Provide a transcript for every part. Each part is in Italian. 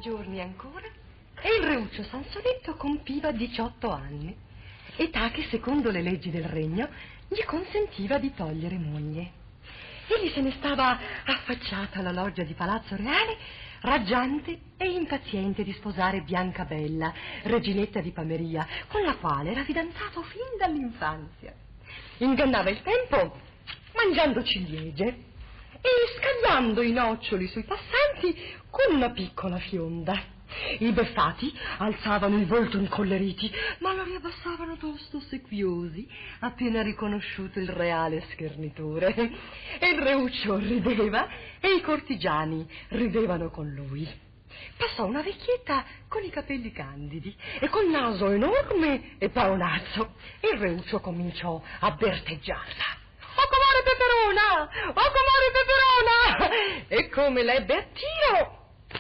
giorni ancora e il reuccio Sansonetto compiva 18 anni, età che secondo le leggi del regno gli consentiva di togliere moglie. Egli se ne stava affacciata alla loggia di Palazzo Reale, raggiante e impaziente di sposare Biancabella, reginetta di Pameria, con la quale era fidanzato fin dall'infanzia. Ingannava il tempo mangiando ciliegie e scagliando i noccioli sui passanti con una piccola fionda. I beffati alzavano il volto incolleriti, ma lo riabbassavano tosto ossequiosi, appena riconosciuto il reale schernitore. E il reuccio rideva e i cortigiani ridevano con lui. Passò una vecchietta con i capelli candidi e col naso enorme e paonazzo, e il reuccio cominciò a berteggiarla. «Oh, comare Peperona! Oh, comare Peperona!» E come l'ebbe a tiro,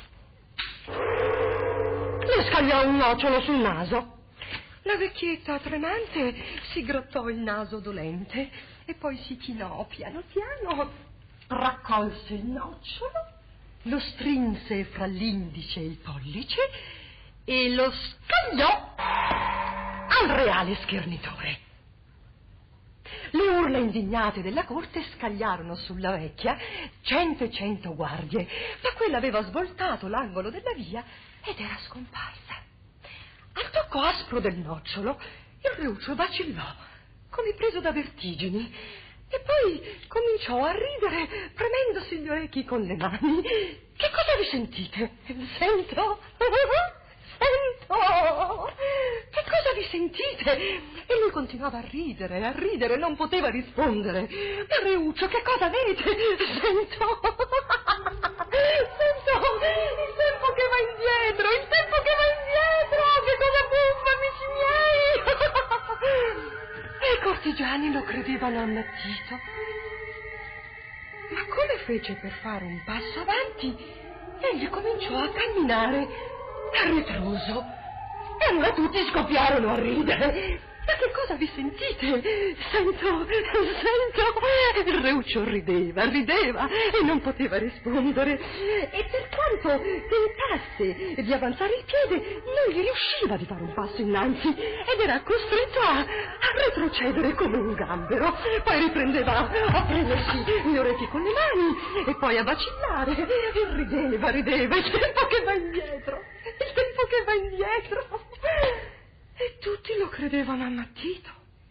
le scagliò un nocciolo sul naso. La vecchietta tremante si grattò il naso dolente e poi si chinò piano piano, raccolse il nocciolo, lo strinse fra l'indice e il pollice e lo scagliò al reale schernitore. Le urla indignate della corte scagliarono sulla vecchia 100 e 100 guardie, ma quella aveva svoltato l'angolo della via ed era scomparsa. Al tocco aspro del nocciolo il reuccio vacillò, come preso da vertigini, e poi cominciò a ridere premendosi gli orecchi con le mani. «Che cosa vi sentite?» «Sento! Sento! Che cosa vi sentite?» E lui continuava a ridere, non poteva rispondere. «Ma reuccio, che cosa avete?» «Sento! Sento il tempo che va indietro, il tempo che va indietro! Che cosa buffa, amici miei!» E i cortigiani lo credevano ammattito. Ma come fece per fare un passo avanti, egli cominciò a camminare a ritroso. E allora tutti scoppiarono a ridere. «Ma che cosa vi sentite?» «Sento!» Il reuccio rideva e non poteva rispondere. E per quanto tentasse di avanzare il piede, non gli riusciva di fare un passo innanzi ed era costretto a retrocedere come un gambero. Poi riprendeva a prendersi gli orecchi con le mani e poi a vacillare e rideva. Il tempo che va indietro, il tempo che va indietro. E tutti lo credevano ammattito.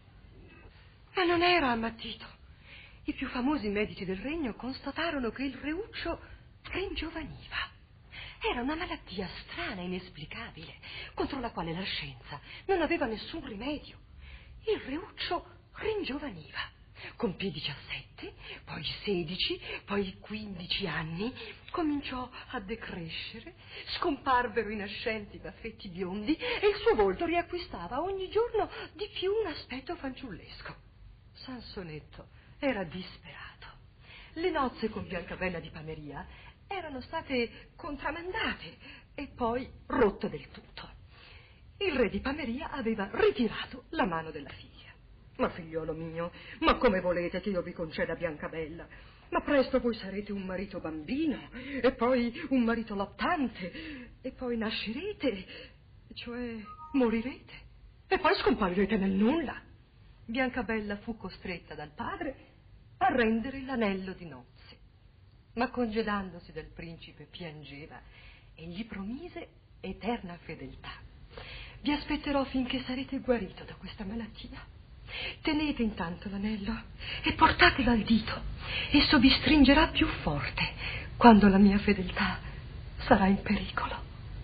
Ma non era ammattito. I più famosi medici del regno constatarono che il reuccio ringiovaniva. Era una malattia strana e inesplicabile, contro la quale la scienza non aveva nessun rimedio. Il reuccio ringiovaniva. Compì 17, poi 16, poi 15 anni, cominciò a decrescere, scomparvero i nascenti baffetti biondi e il suo volto riacquistava ogni giorno di più un aspetto fanciullesco. Sansonetto era disperato. Le nozze con Biancabella di Pameria erano state contramandate e poi rotte del tutto. Il re di Pameria aveva ritirato la mano della figlia. «Ma figliolo mio, ma come volete che io vi conceda Biancabella? Ma presto voi sarete un marito bambino, e poi un marito lattante, e poi nascerete, cioè morirete, e poi scomparirete nel nulla». Biancabella fu costretta dal padre a rendere l'anello di nozze, ma congedandosi dal principe piangeva e gli promise eterna fedeltà. «Vi aspetterò finché sarete guarito da questa malattia. Tenete intanto l'anello e portatelo al dito. Esso vi stringerà più forte quando la mia fedeltà sarà in pericolo».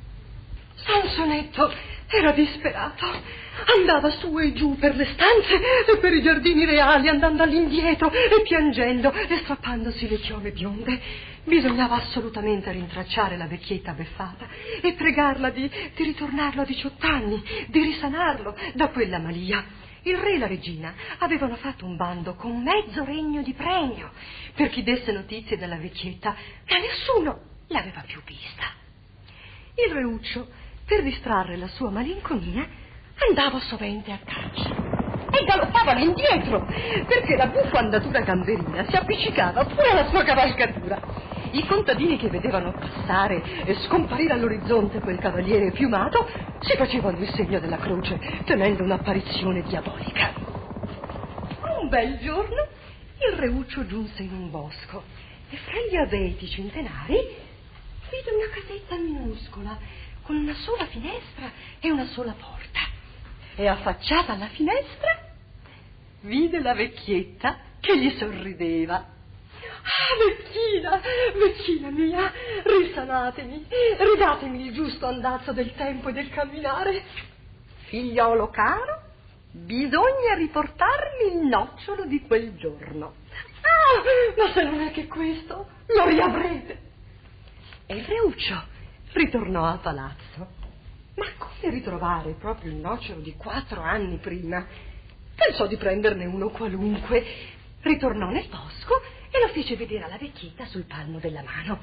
Sansonetto era disperato. Andava su e giù per le stanze e per i giardini reali, andando all'indietro e piangendo e strappandosi le chiome bionde. Bisognava assolutamente rintracciare la vecchietta beffata e pregarla di ritornarlo a 18 anni, di risanarlo da quella malia. Il re e la regina avevano fatto un bando con mezzo regno di premio per chi desse notizie della vecchietta, ma nessuno l'aveva più vista. Il reuccio, per distrarre la sua malinconia, andava sovente a caccia e galoppava all'indietro perché la buffa andatura gamberina si appiccicava pure alla sua cavalcatura. I contadini che vedevano passare e scomparire all'orizzonte quel cavaliere piumato si facevano il segno della croce, temendo un'apparizione diabolica. Un bel giorno il Reuccio giunse in un bosco e fra gli abeti centenari vide una casetta minuscola con una sola finestra e una sola porta. E affacciata alla finestra vide la vecchietta che gli sorrideva. Ah, vecchina mia, risanatemi, ridatemi il giusto andazzo del tempo e del camminare. Figliolo caro, bisogna riportarmi il nocciolo di quel giorno. Ah, ma se non è che questo, lo riavrete. E il Reuccio ritornò a palazzo. Ma come ritrovare proprio il nocciolo di 4 anni prima? Pensò di prenderne uno qualunque. Ritornò nel bosco e lo fece vedere alla vecchietta sul palmo della mano.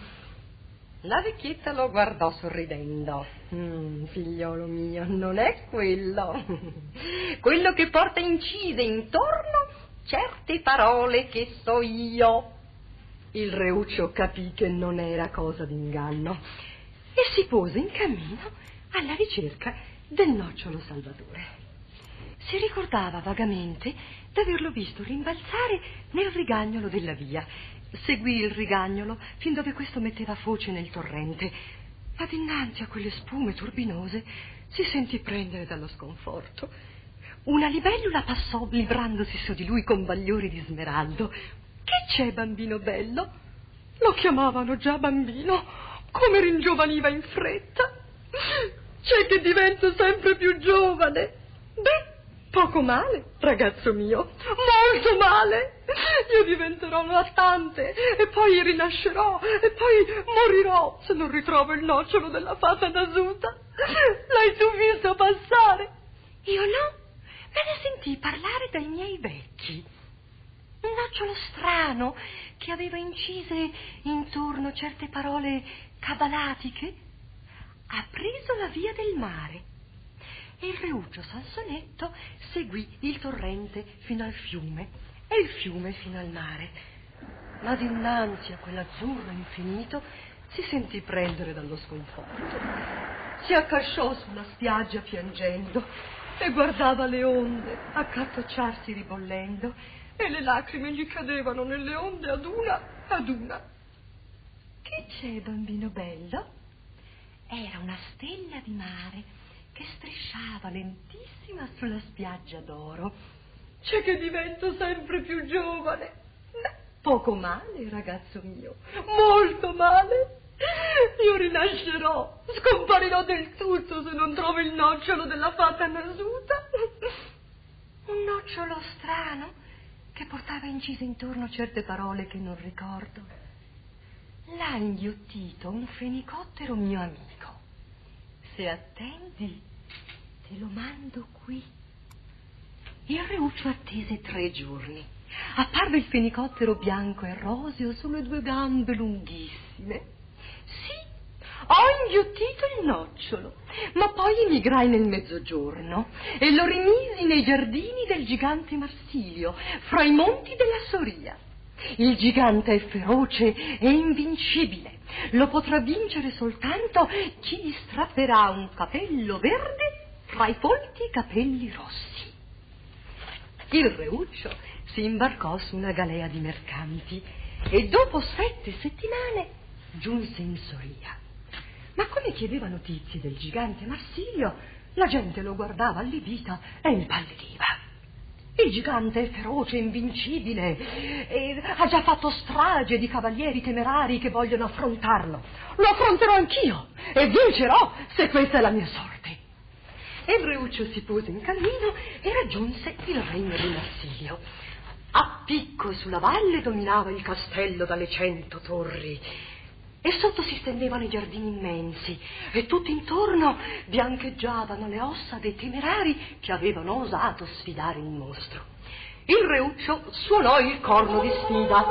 La vecchietta lo guardò sorridendo. Figliolo mio, non è quello. Quello che porta incise intorno certe parole che so io. Il Reuccio capì che non era cosa d'inganno e si pose in cammino alla ricerca del nocciolo salvatore. Si ricordava vagamente d'averlo visto rimbalzare nel rigagnolo della via. Seguì il rigagnolo fin dove questo metteva foce nel torrente, ma dinanzi a quelle spume turbinose si sentì prendere dallo sconforto. Una libellula passò librandosi su di lui con bagliori di smeraldo. Che c'è, bambino bello? Lo chiamavano già bambino, come ringiovaniva in fretta. C'è che divento sempre più giovane. Beh, poco male, ragazzo mio, molto male. Io diventerò lattante e poi rinascerò e poi morirò se non ritrovo il nocciolo della fata nasuta. L'hai tu visto passare? Io no, me ne sentii parlare dai miei vecchi. Un nocciolo strano che aveva incise intorno certe parole cabalatiche ha preso la via del mare. E il Reuccio Sansonetto seguì il torrente fino al fiume e il fiume fino al mare. Ma dinanzi a quell'azzurro infinito si sentì prendere dallo sconforto. Si accasciò sulla spiaggia piangendo e guardava le onde accatocciarsi ribollendo e le lacrime gli cadevano nelle onde ad una. Che c'è, bambino bello? Era una stella di mare che strisciava lentissima sulla spiaggia d'oro. C'è che divento sempre più giovane. Poco male, ragazzo mio, molto male. Io rinascerò, scomparirò del tutto se non trovo il nocciolo della fata nasuta. Un nocciolo strano che portava incise intorno certe parole che non ricordo. L'ha inghiottito un fenicottero mio amico. Se attendi, te lo mando qui. Il Reuccio attese 3 giorni. Apparve il fenicottero bianco e roseo sulle 2 gambe lunghissime. Sì, ho inghiottito il nocciolo, ma poi emigrai nel mezzogiorno e lo rimisi nei giardini del gigante Marsilio, fra i monti della Soria. Il gigante è feroce e invincibile. Lo potrà vincere soltanto chi gli strapperà un capello verde fra i folti capelli rossi. Il Reuccio si imbarcò su una galea di mercanti e dopo 7 settimane giunse in Soria. Ma come chiedeva notizie del gigante Marsilio, la gente lo guardava allibita e impallidiva. Il gigante è feroce e invincibile e ha già fatto strage di cavalieri temerari che vogliono affrontarlo. Lo affronterò anch'io e vincerò se questa è la mia sorte. E il Reuccio si pose in cammino e raggiunse il regno di Marsilio. A picco sulla valle dominava il castello dalle 100 torri e sotto si stendevano i giardini immensi e tutto intorno biancheggiavano le ossa dei temerari che avevano osato sfidare il mostro. Il Reuccio suonò il corno di sfida,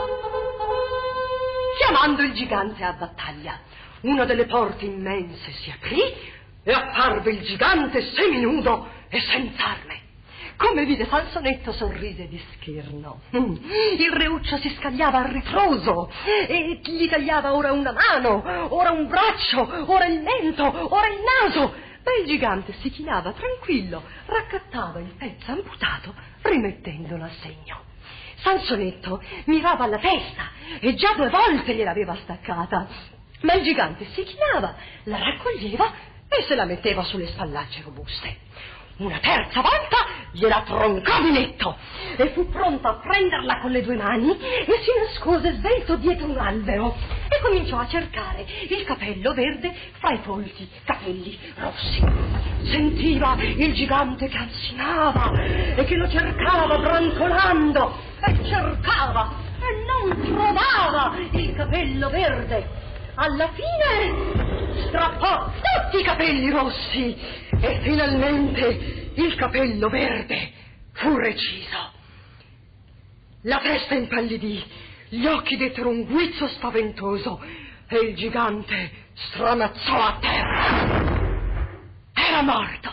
chiamando il gigante a battaglia. Una delle porte immense si aprì e apparve il gigante seminudo e senza arme. come vide Sansonetto, sorrise di scherno. Il reuccio si scagliava a ritroso e gli tagliava ora una mano, ora un braccio, ora il mento, ora il naso. Ma il gigante si chinava tranquillo, raccattava il pezzo amputato, rimettendolo a segno. Sansonetto mirava alla testa e già 2 volte gliel'aveva staccata, ma il gigante si chinava, la raccoglieva e se la metteva sulle spallacce robuste. Una terza volta gliela troncò di netto e fu pronto a prenderla con le 2 mani e si nascose svelto dietro un albero e cominciò a cercare il capello verde fra i folti capelli rossi. Sentiva il gigante che ansimava e che lo cercava brancolando e cercava e non trovava il capello verde. Alla fine strappò tutti i capelli rossi e finalmente il capello verde fu reciso. La testa impallidì, gli occhi dettero un guizzo spaventoso e il gigante stramazzò a terra. Era morto.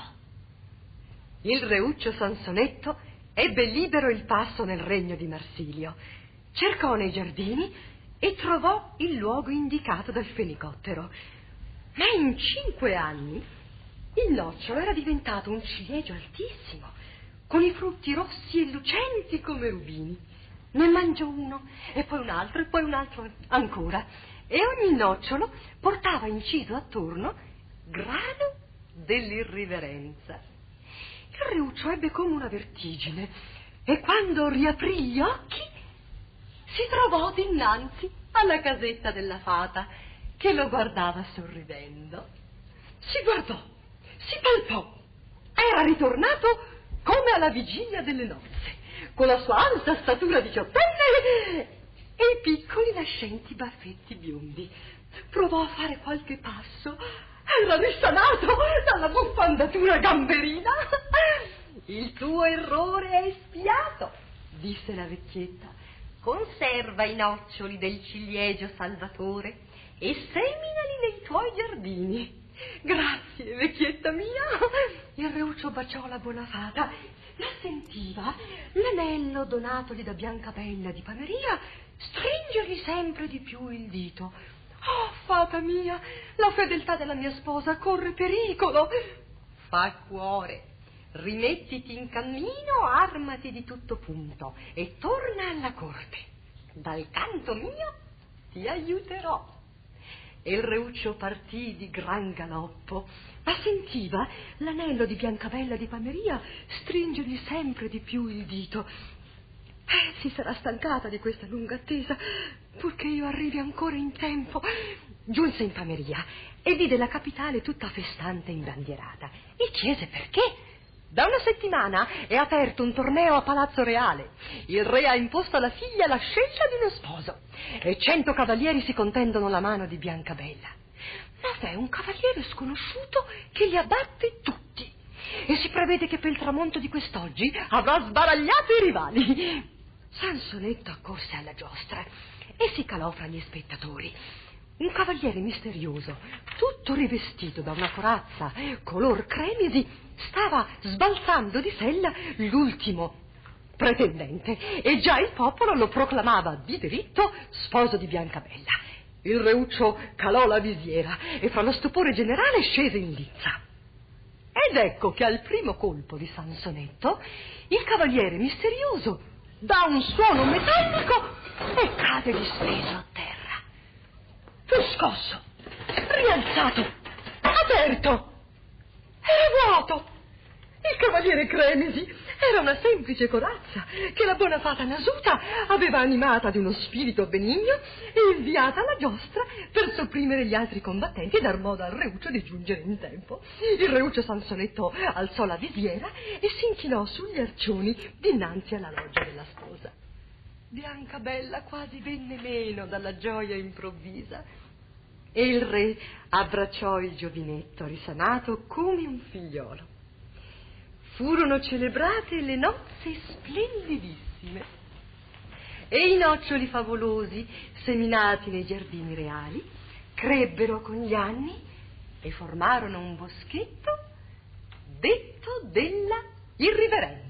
Il reuccio Sansonetto ebbe libero il passo nel regno di Marsilio. Cercò nei giardini e trovò il luogo indicato dal fenicottero. Ma in 5 anni il nocciolo era diventato un ciliegio altissimo, con i frutti rossi e lucenti come rubini. Ne mangiò uno, e poi un altro, e poi un altro ancora, e ogni nocciolo portava inciso attorno grano dell'irriverenza. Il reuccio ebbe come una vertigine, e quando riaprì gli occhi si trovò dinanzi alla casetta della fata, che lo guardava sorridendo. Si guardò, si palpò, era ritornato come alla vigilia delle nozze, con la sua alta statura diciottenne e i piccoli nascenti baffetti biondi. Provò a fare qualche passo, era risanato dalla buffa andatura gamberina. Il tuo errore è espiato, disse la vecchietta. Conserva i noccioli del ciliegio salvatore e seminali nei tuoi giardini. Grazie, vecchietta mia. Il reuccio baciò la buona fata, ma sentiva l'anello donatogli da Biancabella di Pameria stringergli sempre di più il dito. Oh, fata mia, la fedeltà della mia sposa corre pericolo. Fa cuore. Rimettiti in cammino, armati di tutto punto e torna alla corte. Dal canto mio ti aiuterò. E il reuccio partì di gran galoppo, ma sentiva l'anello di Biancabella di Pameria stringergli sempre di più il dito. Si sarà stancata di questa lunga attesa, purché io arrivi ancora in tempo. Giunse in Pameria e vide la capitale tutta festante e imbandierata e chiese perché. Da 1 settimana è aperto un torneo a Palazzo Reale. Il re ha imposto alla figlia la scelta di uno sposo e 100 cavalieri si contendono la mano di Biancabella. Ma v'è un cavaliere sconosciuto che li abbatte tutti e si prevede che per il tramonto di quest'oggi avrà sbaragliato i rivali. Sansonetto accorse alla giostra e si calò fra gli spettatori. Un cavaliere misterioso, tutto rivestito da una corazza color cremisi, stava sbalzando di sella l'ultimo pretendente e già il popolo lo proclamava di diritto sposo di Biancabella. Il reuccio calò la visiera e fra lo stupore generale scese in lizza. Ed ecco che al primo colpo di Sansonetto il cavaliere misterioso dà un suono metallico e cade disteso a terra. Fu scosso, rialzato, aperto. Era vuoto. Il cavaliere Cremisi era una semplice corazza che la buona fata Nasuta aveva animata di uno spirito benigno e inviata alla giostra per sopprimere gli altri combattenti e dar modo al reuccio di giungere in tempo. Il reuccio Sansonetto alzò la visiera e si inchinò sugli arcioni dinanzi alla loggia della sposa. Biancabella quasi venne meno dalla gioia improvvisa e il re abbracciò il giovinetto risanato come un figliolo. Furono celebrate le nozze splendidissime e i noccioli favolosi seminati nei giardini reali crebbero con gli anni e formarono un boschetto detto della irriverenza.